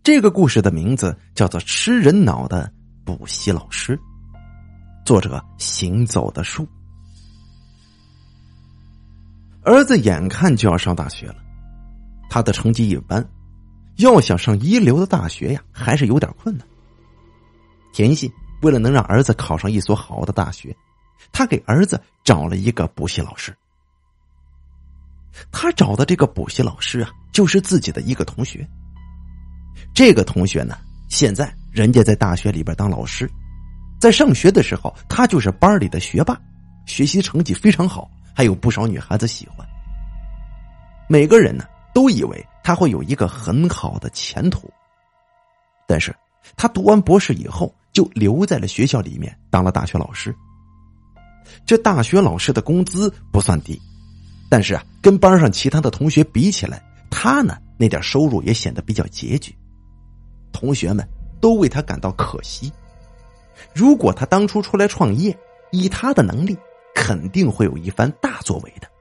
这个故事的名字叫做《吃人脑的补习老师》，作者行走的树。儿子眼看就要上大学了，他的成绩一般，要想上一流的大学呀，还是有点困难。田信为了能让儿子考上一所好的大学，他给儿子找了一个补习老师。他找的这个补习老师啊，就是自己的一个同学。这个同学呢，现在人家在大学里边当老师，在上学的时候他就是班里的学霸，学习成绩非常好，还有不少女孩子喜欢。每个人呢都以为他会有一个很好的前途，但是他读完博士以后就留在了学校里面当了大学老师。这大学老师的工资不算低，但是啊，跟班上其他的同学比起来，他呢那点收入也显得比较拮据。同学们都为他感到可惜，如果他当初出来创业，以他的能力肯定会有一番大作为的。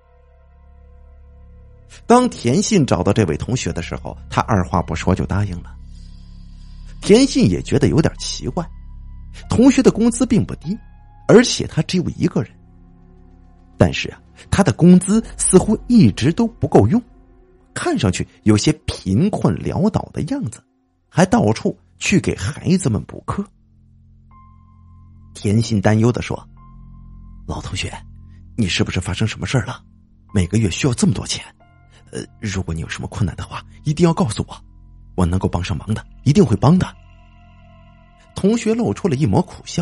当田信找到这位同学的时候，他二话不说就答应了。田信也觉得有点奇怪，同学的工资并不低，而且他只有一个人，但是啊，他的工资似乎一直都不够用，看上去有些贫困潦倒的样子，还到处去给孩子们补课。田信担忧地说：老同学，你是不是发生什么事了？每个月需要这么多钱？如果你有什么困难的话，一定要告诉我，我能够帮上忙的一定会帮的。同学露出了一抹苦笑：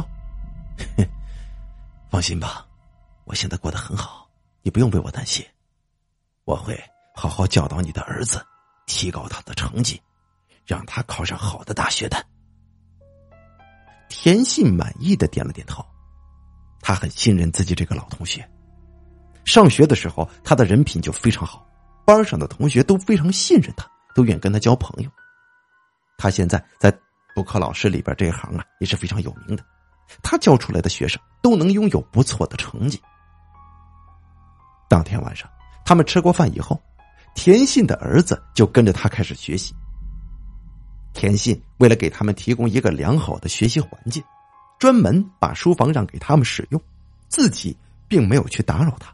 放心吧，我现在过得很好，你不用为我担心，我会好好教导你的儿子，提高他的成绩，让他考上好的大学的。田信满意的点了点头，他很信任自己这个老同学。上学的时候他的人品就非常好，班上的同学都非常信任他，都愿跟他交朋友。他现在在补课老师里边这一行啊也是非常有名的，他教出来的学生都能拥有不错的成绩。当天晚上他们吃过饭以后，田信的儿子就跟着他开始学习。田信为了给他们提供一个良好的学习环境，专门把书房让给他们使用，自己并没有去打扰他。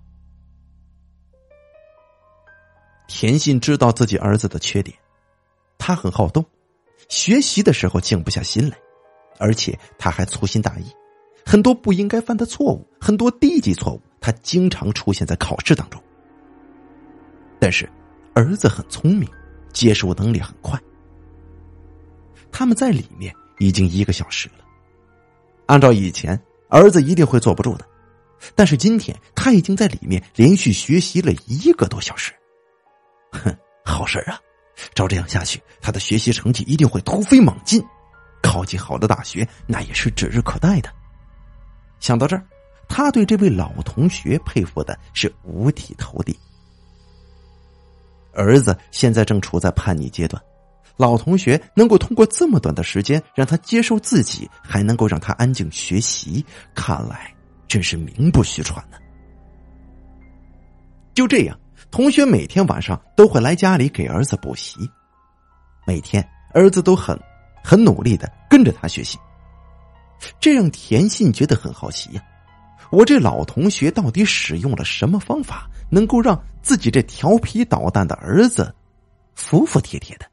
田信知道自己儿子的缺点，他很好动，学习的时候静不下心来，而且他还粗心大意，很多不应该犯的错误，很多低级错误，他经常出现在考试当中。但是儿子很聪明，接受能力很快。他们在里面已经1个小时了，按照以前儿子一定会坐不住的，但是今天他已经在里面连续学习了1个多小时。好事啊，照这样下去，他的学习成绩一定会突飞猛进，考进好的大学那也是指日可待的。想到这儿，他对这位老同学佩服的是五体投地。儿子现在正处在叛逆阶段，老同学能够通过这么短的时间让他接受自己，还能够让他安静学习，看来真是名不虚传呢。就这样，同学每天晚上都会来家里给儿子补习，每天儿子都很努力的跟着他学习。这让田信觉得很好奇呀，我这老同学到底使用了什么方法，能够让自己这调皮捣蛋的儿子服服帖帖的。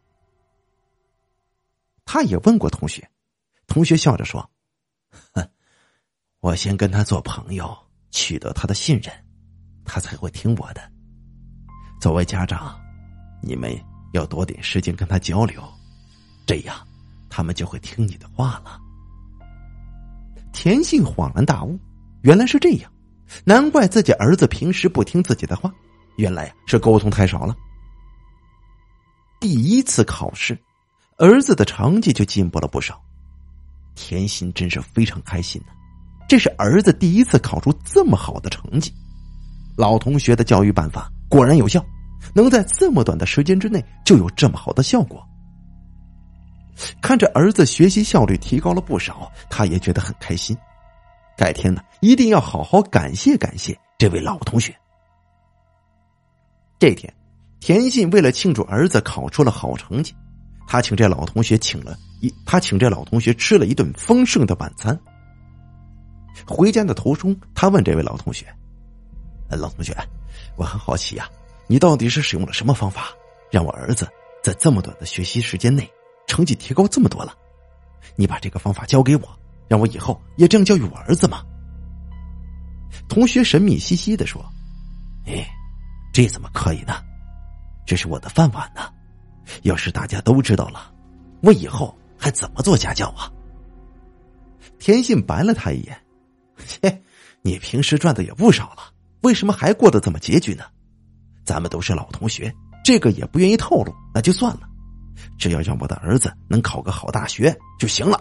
他也问过同学，同学笑着说：我先跟他做朋友，取得他的信任，他才会听我的。作为家长，你们要多点时间跟他交流，这样他们就会听你的话了。田信恍然大悟，原来是这样，难怪自己儿子平时不听自己的话，原来是沟通太少了。第1次考试，儿子的成绩就进步了不少，田信真是非常开心的，这是儿子第1次考出这么好的成绩。老同学的教育办法果然有效，能在这么短的时间之内就有这么好的效果。看着儿子学习效率提高了不少，他也觉得很开心。改天呢，一定要好好感谢这位老同学。这天，田信为了庆祝儿子考出了好成绩， 他请这老同学吃了一顿丰盛的晚餐。回家的途中，他问这位老同学：“老同学，我很好奇呀，你到底是使用了什么方法，让我儿子在这么短的学习时间内成绩提高这么多了？你把这个方法教给我，让我以后也这样教育我儿子吗？”同学神秘兮兮地说：“这怎么可以呢？这是我的饭碗呢，要是大家都知道了，我以后还怎么做家教啊？”田信白了他一眼：“切，你平时赚的也不少了，为什么还过得这么拮据呢？咱们都是老同学，这个也不愿意透露，那就算了，只要让我的儿子能考个好大学就行了。”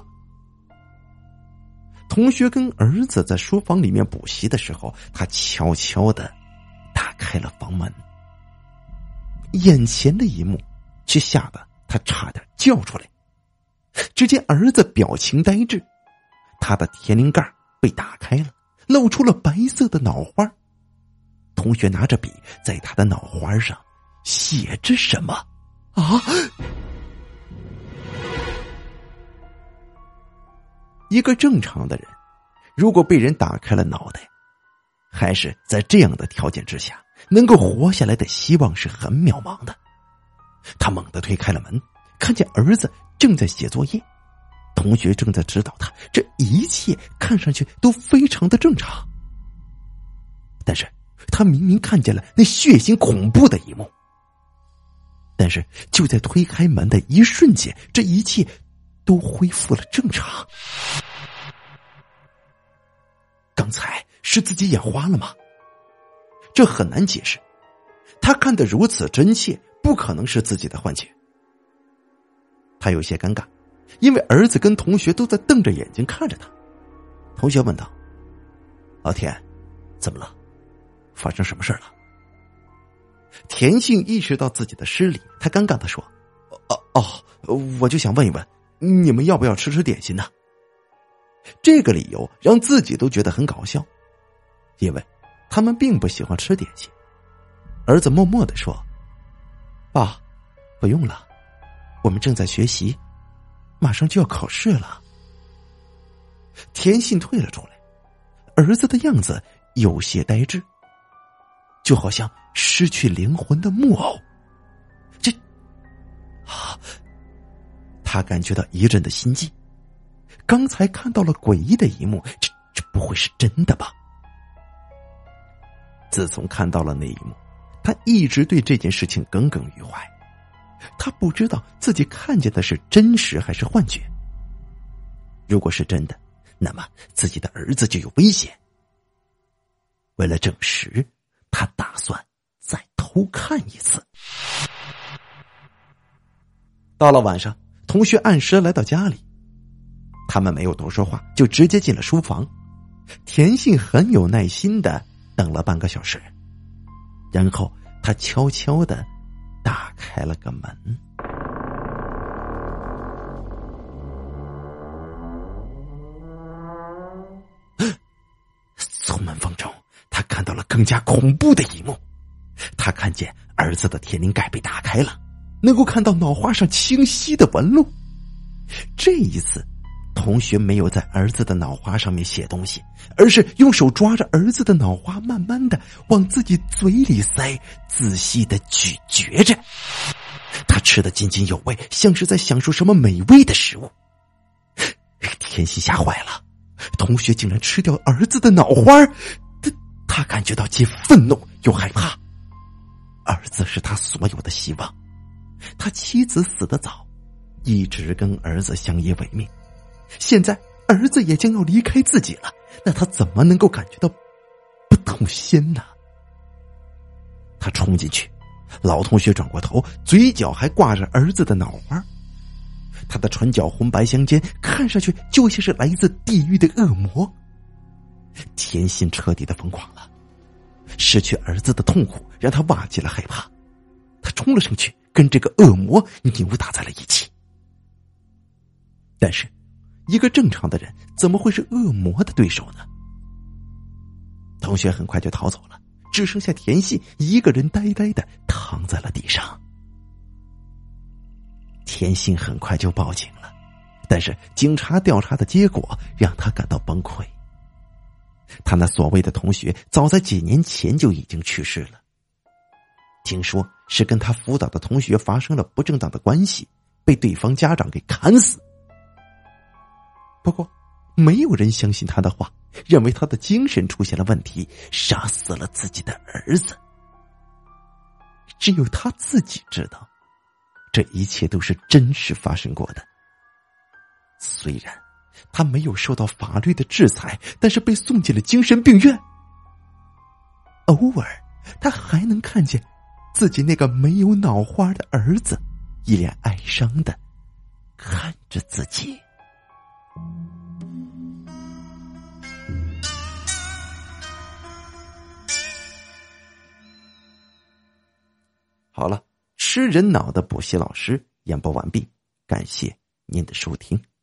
同学跟儿子在书房里面补习的时候，他悄悄地打开了房门。眼前的一幕却吓得他差点叫出来。只见儿子表情呆滞，他的天灵盖被打开了，露出了白色的脑花。同学拿着笔在他的脑花上写着什么啊？一个正常的人，如果被人打开了脑袋，还是在这样的条件之下能够活下来的希望是很渺茫的。他猛地推开了门，看见儿子正在写作业，同学正在指导他，这一切看上去都非常的正常。但是他明明看见了那血腥恐怖的一幕。但是就在推开门的一瞬间，这一切都恢复了正常。刚才是自己眼花了吗？这很难解释，他看得如此真切，不可能是自己的幻觉。他有些尴尬，因为儿子跟同学都在瞪着眼睛看着他。同学问道：“老田，怎么了？发生什么事了？”田信意识到自己的失礼，他尴尬地说：“我就想问一问，你们要不要吃点心呢？”这个理由让自己都觉得很搞笑，因为他们并不喜欢吃点心。儿子默默地说：“爸，不用了，我们正在学习，马上就要考试了。”田信退了出来，儿子的样子有些呆滞，就好像失去灵魂的木偶。他感觉到一阵的心悸，刚才看到了诡异的一幕，这不会是真的吧？自从看到了那一幕，他一直对这件事情耿耿于怀。他不知道自己看见的是真实还是幻觉。如果是真的，那么自己的儿子就有危险。为了证实，他打算再偷看一次。到了晚上，同学按时来到家里，他们没有多说话，就直接进了书房。田信很有耐心的等了半个小时，然后他悄悄的打开了个门。从门缝中，他看到了更加恐怖的一幕。他看见儿子的天灵盖被打开了，能够看到脑花上清晰的纹路。这一次，同学没有在儿子的脑花上面写东西，而是用手抓着儿子的脑花，慢慢的往自己嘴里塞，仔细的咀嚼着。他吃得津津有味，像是在享受什么美味的食物。田信吓坏了，同学竟然吃掉儿子的脑花，他感觉到既愤怒又害怕。儿子是他所有的希望，他妻子死得早，一直跟儿子相依为命，现在儿子也将要离开自己了，那他怎么能够感觉到不痛心呢？他冲进去，老同学转过头，嘴角还挂着儿子的脑花，他的唇角红白相间，看上去就像是来自地狱的恶魔。田信彻底的疯狂了，失去儿子的痛苦让他忘记了害怕，他冲了上去，跟这个恶魔扭打在了一起。但是一个正常的人怎么会是恶魔的对手呢？同学很快就逃走了，只剩下田信一个人呆呆的躺在了地上。 田心很快就报警了，但是警察调查的结果让他感到崩溃。他那所谓的同学早在几年前就已经去世了，听说是跟他辅导的同学发生了不正当的关系，被对方家长给砍死。不过没有人相信他的话，认为他的精神出现了问题，杀死了自己的儿子。只有他自己知道，这一切都是真实发生过的。虽然他没有受到法律的制裁，但是被送进了精神病院。偶尔他还能看见自己那个没有脑花的儿子一脸哀伤的看着自己。好了，吃人脑的补习老师演播完毕，感谢您的收听。